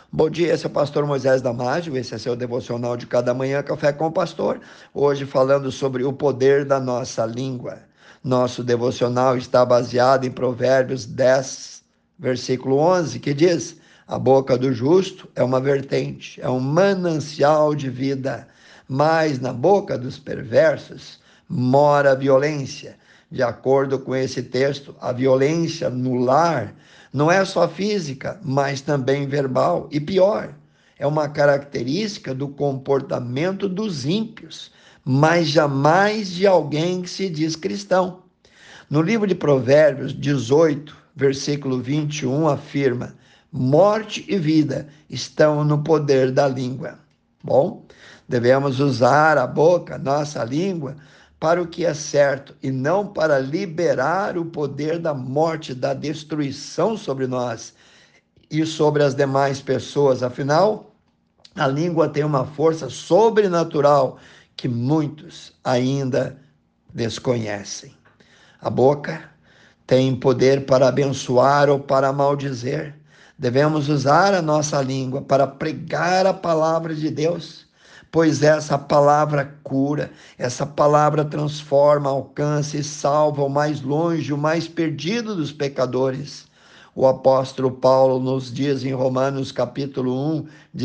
Bom dia, esse é o pastor Moisés Damásio, esse é seu devocional de cada manhã, Café com o Pastor. Hoje falando sobre o poder da nossa língua. Nosso devocional está baseado em Provérbios 10, versículo 11, que diz: a boca do justo é uma vertente, é um manancial de vida, mas na boca dos perversos mora a violência. De acordo com esse texto, a violência no lar não é só física, mas também verbal. E pior, é uma característica do comportamento dos ímpios, mas jamais de alguém que se diz cristão. No livro de Provérbios 18, versículo 21, afirma: morte e vida estão no poder da língua. Bom, devemos usar a boca, nossa língua, para o que é certo e não para liberar o poder da morte, da destruição sobre nós e sobre as demais pessoas. Afinal, a língua tem uma força sobrenatural que muitos ainda desconhecem. A boca tem poder para abençoar ou para maldizer. Devemos usar a nossa língua para pregar a palavra de Deus, pois essa palavra cura, essa palavra transforma, alcança e salva o mais longe, o mais perdido dos pecadores. O apóstolo Paulo nos diz em Romanos capítulo 1,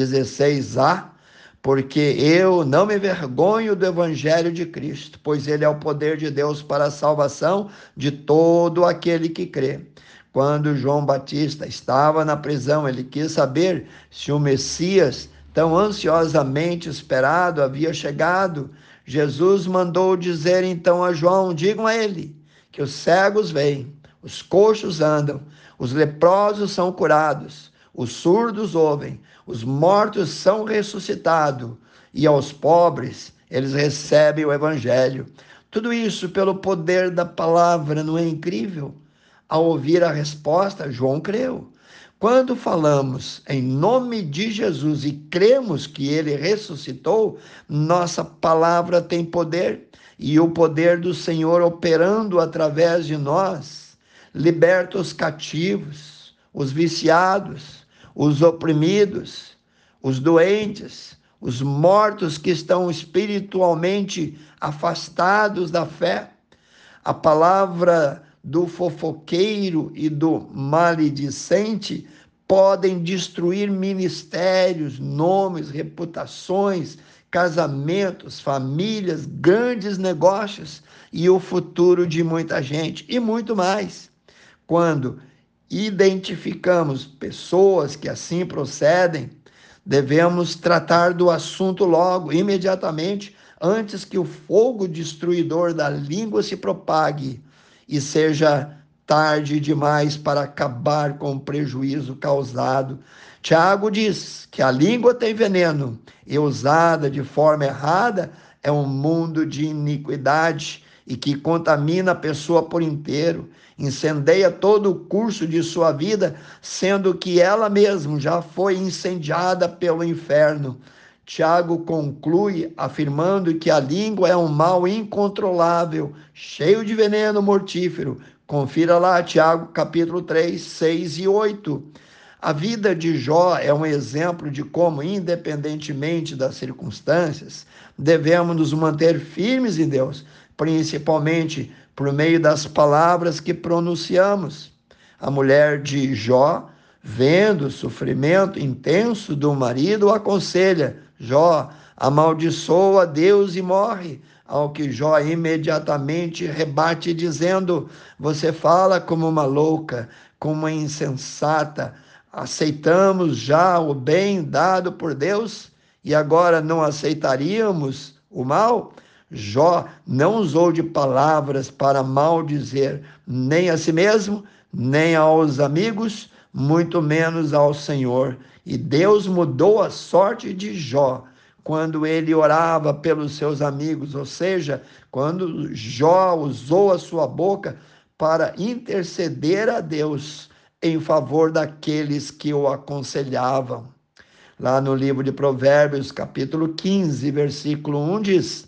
16a: porque eu não me vergonho do evangelho de Cristo, pois ele é o poder de Deus para a salvação de todo aquele que crê. Quando João Batista estava na prisão, ele quis saber se o Messias, tão ansiosamente esperado, havia chegado. Jesus mandou dizer então a João: digam a ele que os cegos veem, os coxos andam, os leprosos são curados, os surdos ouvem, os mortos são ressuscitados, e aos pobres eles recebem o evangelho. Tudo isso pelo poder da palavra, não é incrível? Ao ouvir a resposta, João creu. Quando falamos em nome de Jesus e cremos que ele ressuscitou, nossa palavra tem poder, e o poder do Senhor operando através de nós liberta os cativos, os viciados, os oprimidos, os doentes, os mortos que estão espiritualmente afastados da fé. A palavra do fofoqueiro e do maledicente podem destruir ministérios, nomes, reputações, casamentos, famílias, grandes negócios e o futuro de muita gente e muito mais. Quando identificamos pessoas que assim procedem, devemos tratar do assunto logo, imediatamente, antes que o fogo destruidor da língua se propague e seja tarde demais para acabar com o prejuízo causado. Tiago diz que a língua tem veneno e usada de forma errada é um mundo de iniquidade e que contamina a pessoa por inteiro, incendeia todo o curso de sua vida, sendo que ela mesma já foi incendiada pelo inferno. Tiago conclui afirmando que a língua é um mal incontrolável, cheio de veneno mortífero. Confira lá Tiago capítulo 3, 6 e 8. A vida de Jó é um exemplo de como, independentemente das circunstâncias, devemos nos manter firmes em Deus, principalmente por meio das palavras que pronunciamos. A mulher de Jó, vendo o sofrimento intenso do marido, o aconselha: Jó, amaldiçoa Deus e morre. Ao que Jó imediatamente rebate, dizendo: você fala como uma louca, como uma insensata. Aceitamos já o bem dado por Deus e agora não aceitaríamos o mal? Jó não usou de palavras para maldizer nem a si mesmo, nem aos amigos, muito menos ao Senhor. E Deus mudou a sorte de Jó quando ele orava pelos seus amigos, ou seja, quando Jó usou a sua boca para interceder a Deus em favor daqueles que o aconselhavam. Lá no livro de Provérbios, capítulo 15, versículo 1 diz: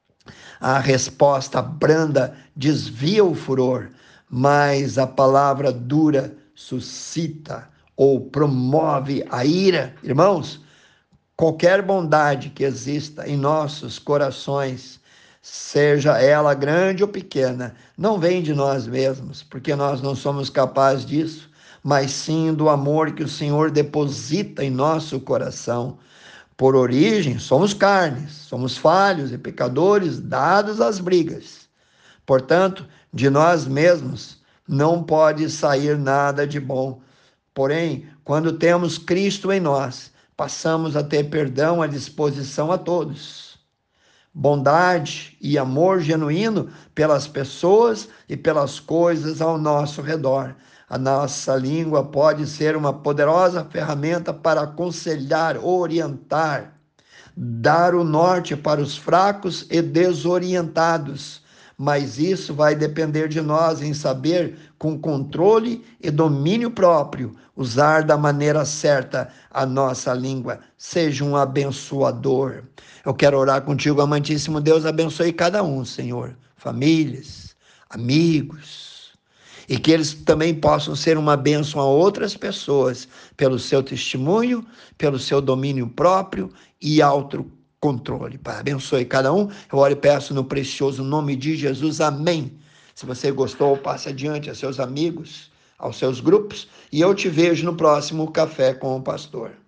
a resposta branda desvia o furor, mas a palavra dura suscita ou promove a ira. Irmãos, qualquer bondade que exista em nossos corações, seja ela grande ou pequena, não vem de nós mesmos, porque nós não somos capazes disso, mas sim do amor que o Senhor deposita em nosso coração. Por origem, somos carnes, somos falhos e pecadores, dados às brigas. Portanto, de nós mesmos não pode sair nada de bom. Porém, quando temos Cristo em nós, passamos a ter perdão à disposição a todos. Bondade e amor genuíno pelas pessoas e pelas coisas ao nosso redor. A nossa língua pode ser uma poderosa ferramenta para aconselhar, orientar, dar o norte para os fracos e desorientados. Mas isso vai depender de nós em saber, com controle e domínio próprio, usar da maneira certa a nossa língua. Seja um abençoador. Eu quero orar contigo, amantíssimo Deus, abençoe cada um, Senhor, famílias, amigos, e que eles também possam ser uma bênção a outras pessoas, pelo seu testemunho, pelo seu domínio próprio e autocontrole. Pai, abençoe cada um. Eu oro e peço no precioso nome de Jesus. Amém. Se você gostou, passe adiante a seus amigos, aos seus grupos, e eu te vejo no próximo Café com o Pastor.